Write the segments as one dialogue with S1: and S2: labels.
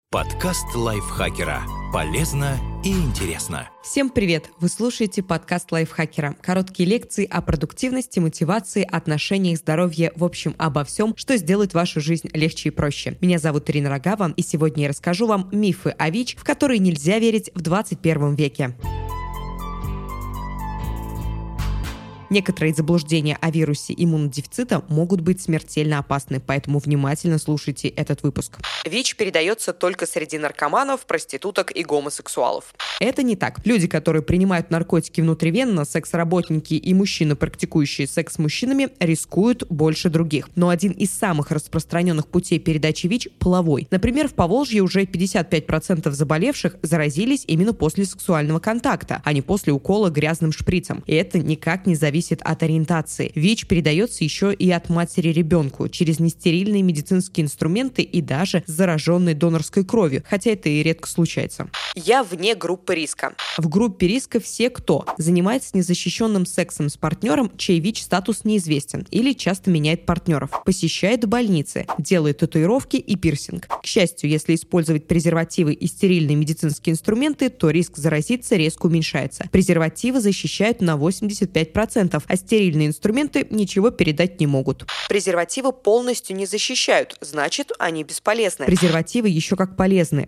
S1: Подкаст лайфхакера. Полезно и интересно.
S2: Всем привет! Вы слушаете подкаст лайфхакера. Короткие лекции о продуктивности, мотивации, отношениях, здоровье, в общем, обо всем, что сделает вашу жизнь легче и проще. Меня зовут Ирина Рогава, и сегодня я расскажу вам мифы о ВИЧ, в которые нельзя верить в 21 веке. Некоторые заблуждения о вирусе иммунодефицита могут быть смертельно опасны, поэтому внимательно слушайте этот выпуск. ВИЧ передается только среди наркоманов, проституток и гомосексуалов. Это не так. Люди, которые принимают наркотики внутривенно, секс-работники и мужчины, практикующие секс с мужчинами, рискуют больше других. Но один из самых распространенных путей передачи ВИЧ – половой. Например, в Поволжье уже 55% заболевших заразились именно после сексуального контакта, а не после укола грязным шприцем. И это никак не зависит от ориентации. ВИЧ передается еще и от матери ребенку через нестерильные медицинские инструменты и даже зараженной донорской кровью, хотя это и редко случается. Я вне группы риска. В группе риска все, кто занимается незащищенным сексом с партнером, чей ВИЧ-статус неизвестен или часто меняет партнеров, посещает больницы, делает татуировки и пирсинг. К счастью, если использовать презервативы и стерильные медицинские инструменты, то риск заразиться резко уменьшается. Презервативы защищают на 85%, а стерильные инструменты ничего передать не могут. Презервативы полностью не защищают, значит, они бесполезны. Презервативы еще как полезны.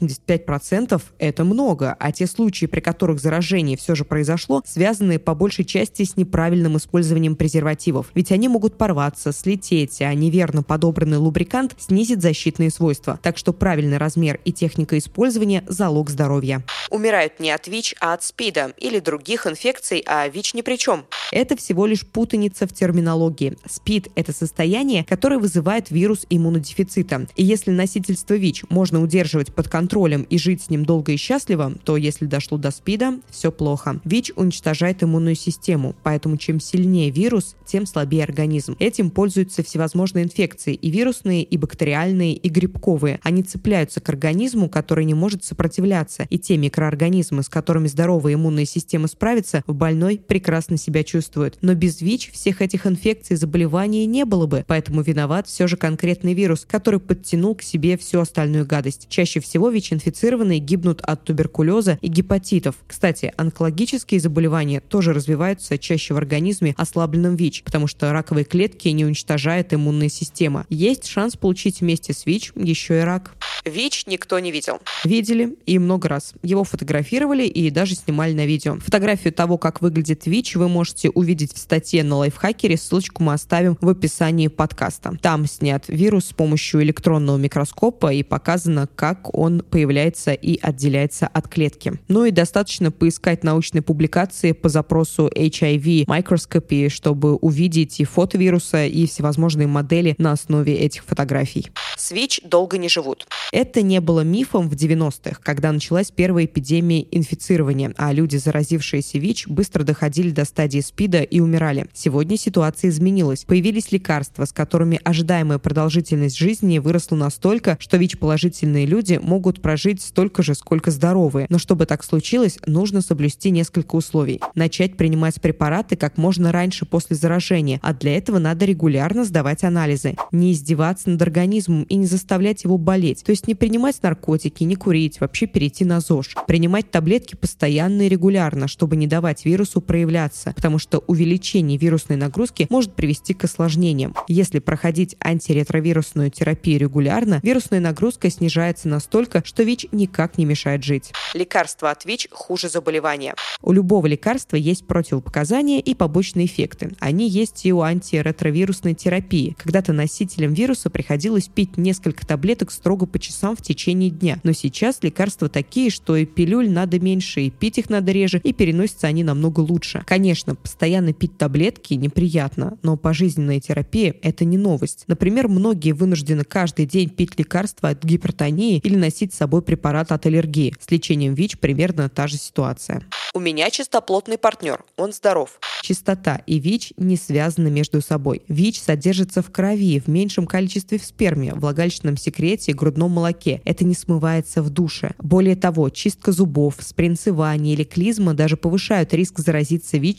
S2: 85% – это много, а те случаи, при которых заражение все же произошло, связаны по большей части с неправильным использованием презервативов. Ведь они могут порваться, слететь, а неверно подобранный лубрикант снизит защитные свойства. Так что правильный размер и техника использования – залог здоровья. Умирают не от ВИЧ, а от СПИДа или других инфекций, а ВИЧ ни при чем. Это всего лишь путаница в терминологии. СПИД – это состояние, которое вызывает вирус иммунодефицита. И если носительство ВИЧ можно удерживать под контролем и жить с ним долго и счастливо, то если дошло до СПИДа, все плохо. ВИЧ уничтожает иммунную систему, поэтому чем сильнее вирус, тем слабее организм. Этим пользуются всевозможные инфекции, и вирусные, и бактериальные, и грибковые. Они цепляются к организму, который не может сопротивляться, и те микроорганизмы, с которыми здоровая иммунная система справится, в больной прекрасно себя чувствует. Но без ВИЧ всех этих инфекций и заболеваний не было бы, поэтому виноват все же конкретный вирус, который подтянул к себе всю остальную гадость. Чаще всего ВИЧ-инфицированные гибнут от туберкулеза и гепатитов. Кстати, онкологические заболевания тоже развиваются чаще в организме, ослабленном ВИЧ, потому что раковые клетки не уничтожает иммунная система. Есть шанс получить вместе с ВИЧ еще и рак. ВИЧ никто не видел. Видели и много раз. Его фотографировали и даже снимали на видео. Фотографию того, как выглядит ВИЧ, вы можете увидеть в статье на Лайфхакере, ссылочку мы оставим в описании подкаста. Там снят вирус с помощью электронного микроскопа и показано, как он появляется и отделяется от клетки. Ну и достаточно поискать научные публикации по запросу HIV Microscopy, чтобы увидеть и фото вируса, и всевозможные модели на основе этих фотографий. С ВИЧ долго не живут. Это не было мифом в 90-х, когда началась первая эпидемия инфицирования, а люди, заразившиеся ВИЧ, быстро доходили до стадии СПИДа и умирали. Сегодня ситуация изменилась. Появились лекарства, с которыми ожидаемая продолжительность жизни выросла настолько, что ВИЧ-положительные люди могут прожить столько же, сколько здоровые. Но чтобы так случилось, нужно соблюсти несколько условий. Начать принимать препараты как можно раньше после заражения, а для этого надо регулярно сдавать анализы. Не издеваться над организмом и не заставлять его болеть. То есть не принимать наркотики, не курить, вообще перейти на ЗОЖ. Принимать таблетки постоянно и регулярно, чтобы не давать вирусу проявляться, потому что увеличение вирусной нагрузки может привести к осложнениям. Если проходить антиретровирусную терапию регулярно, вирусная нагрузка снижается настолько, что ВИЧ никак не мешает жить. Лекарства от ВИЧ хуже заболевания. У любого лекарства есть противопоказания и побочные эффекты. Они есть и у антиретровирусной терапии. Когда-то носителям вируса приходилось пить несколько таблеток строго по часам в течение дня. Но сейчас лекарства такие, что и пилюль надо меньше, и пить их надо реже, и переносятся они намного лучше. Конечно, постоянно пить таблетки неприятно, но пожизненная терапия – это не новость. Например, многие вынуждены каждый день пить лекарства от гипертонии или носить с собой препарат от аллергии. С лечением ВИЧ примерно та же ситуация. У меня чистоплотный партнер, он здоров. Чистота и ВИЧ не связаны между собой. ВИЧ содержится в крови в меньшем количестве в сперме, влагалищном секрете и грудном молоке. Это не смывается в душе. Более того, чистка зубов, спринцевание или клизма даже повышают риск заразиться ВИЧ при незащищенности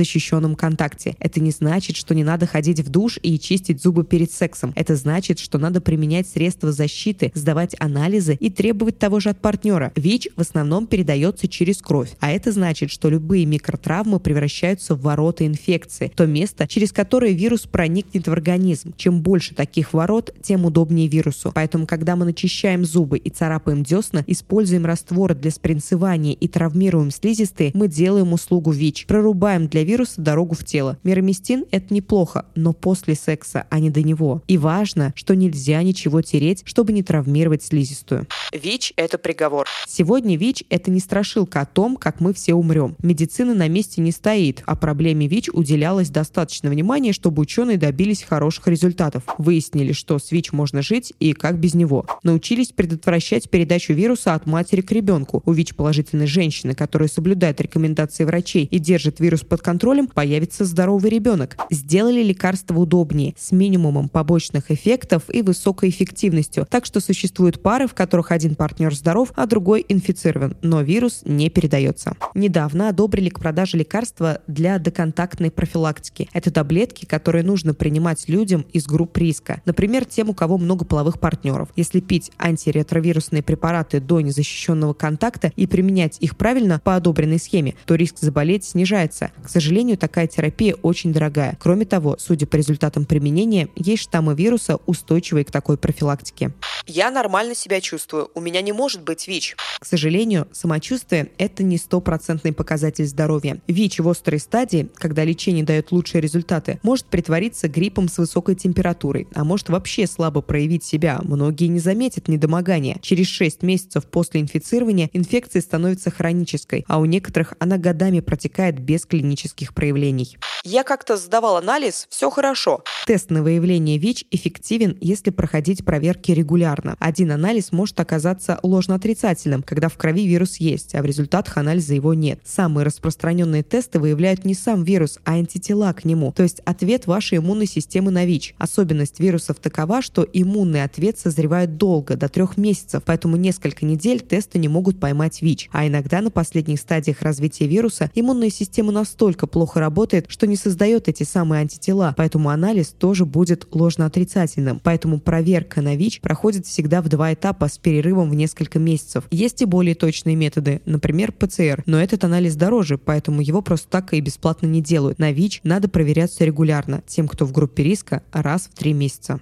S2: незащищенном контакте. Это не значит, что не надо ходить в душ и чистить зубы перед сексом. Это значит, что надо применять средства защиты, сдавать анализы и требовать того же от партнера. ВИЧ в основном передается через кровь, а это значит, что любые микротравмы превращаются в ворота инфекции, то место, через которое вирус проникнет в организм. Чем больше таких ворот, тем удобнее вирусу. Поэтому, когда мы начищаем зубы и царапаем десна, используем растворы для спринцевания и травмируем слизистые, мы делаем услугу ВИЧ. Прорубаем для вируса дорогу в тело. Мироместин – это неплохо, но после секса, а не до него. И важно, что нельзя ничего тереть, чтобы не травмировать слизистую. ВИЧ – это приговор. Сегодня ВИЧ – это не страшилка о том, как мы все умрем. Медицина на месте не стоит, а проблеме ВИЧ уделялось достаточно внимания, чтобы ученые добились хороших результатов. Выяснили, что с ВИЧ можно жить и как без него. Научились предотвращать передачу вируса от матери к ребенку. У ВИЧ-положительной женщины, которая соблюдает рекомендации врачей и держит вирус под контролем, появится здоровый ребенок. Сделали лекарства удобнее, с минимумом побочных эффектов и высокой эффективностью. Так что существуют пары, в которых один партнер здоров, а другой инфицирован, но вирус не передается. Недавно одобрили к продаже лекарства для доконтактной профилактики. Это таблетки, которые нужно принимать людям из групп риска. Например, тем, у кого много половых партнеров. Если пить антиретровирусные препараты до незащищенного контакта и применять их правильно по одобренной схеме, то риск заболеть снижается. К сожалению, такая терапия очень дорогая. Кроме того, судя по результатам применения, есть штаммы вируса, устойчивые к такой профилактике. Я нормально себя чувствую, у меня не может быть ВИЧ. К сожалению, самочувствие – это не стопроцентный показатель здоровья. ВИЧ в острой стадии, когда лечение дает лучшие результаты, может притвориться гриппом с высокой температурой, а может вообще слабо проявить себя. Многие не заметят недомогания. Через 6 месяцев после инфицирования инфекция становится хронической, а у некоторых она годами протекает без клинических проявлений. Я как-то сдавал анализ, все хорошо. Тест на выявление ВИЧ эффективен, если проходить проверки регулярно. Один анализ может оказаться ложноотрицательным, когда в крови вирус есть, а в результатах анализа его нет. Самые распространенные тесты выявляют не сам вирус, а антитела к нему, то есть ответ вашей иммунной системы на ВИЧ. Особенность вирусов такова, что иммунный ответ созревает долго, до 3 месяцев, поэтому несколько недель тесты не могут поймать ВИЧ. А иногда на последних стадиях развития вируса иммунная система настолько плохо работает, что не создает эти самые антитела, поэтому анализ тоже будет ложноотрицательным. Поэтому проверка на ВИЧ проходит всегда в 2 этапа с перерывом в несколько месяцев. Есть и более точные методы, например, ПЦР, но этот анализ дороже, поэтому его просто так и бесплатно не делают. На ВИЧ надо проверяться регулярно, тем, кто в группе риска, раз в 3 месяца.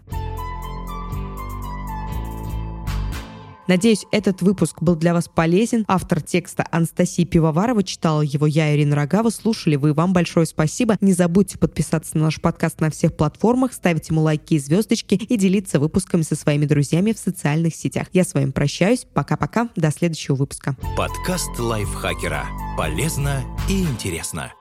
S2: Надеюсь, этот выпуск был для вас полезен. Автор текста Анастасия Пивоварова, читала его я, Ирина Рогава. Слушали вы, вам большое спасибо. Не забудьте подписаться на наш подкаст на всех платформах, ставить ему лайки и звездочки и делиться выпусками со своими друзьями в социальных сетях. Я с вами прощаюсь. Пока-пока. До следующего выпуска.
S1: Подкаст лайфхакера. Полезно и интересно.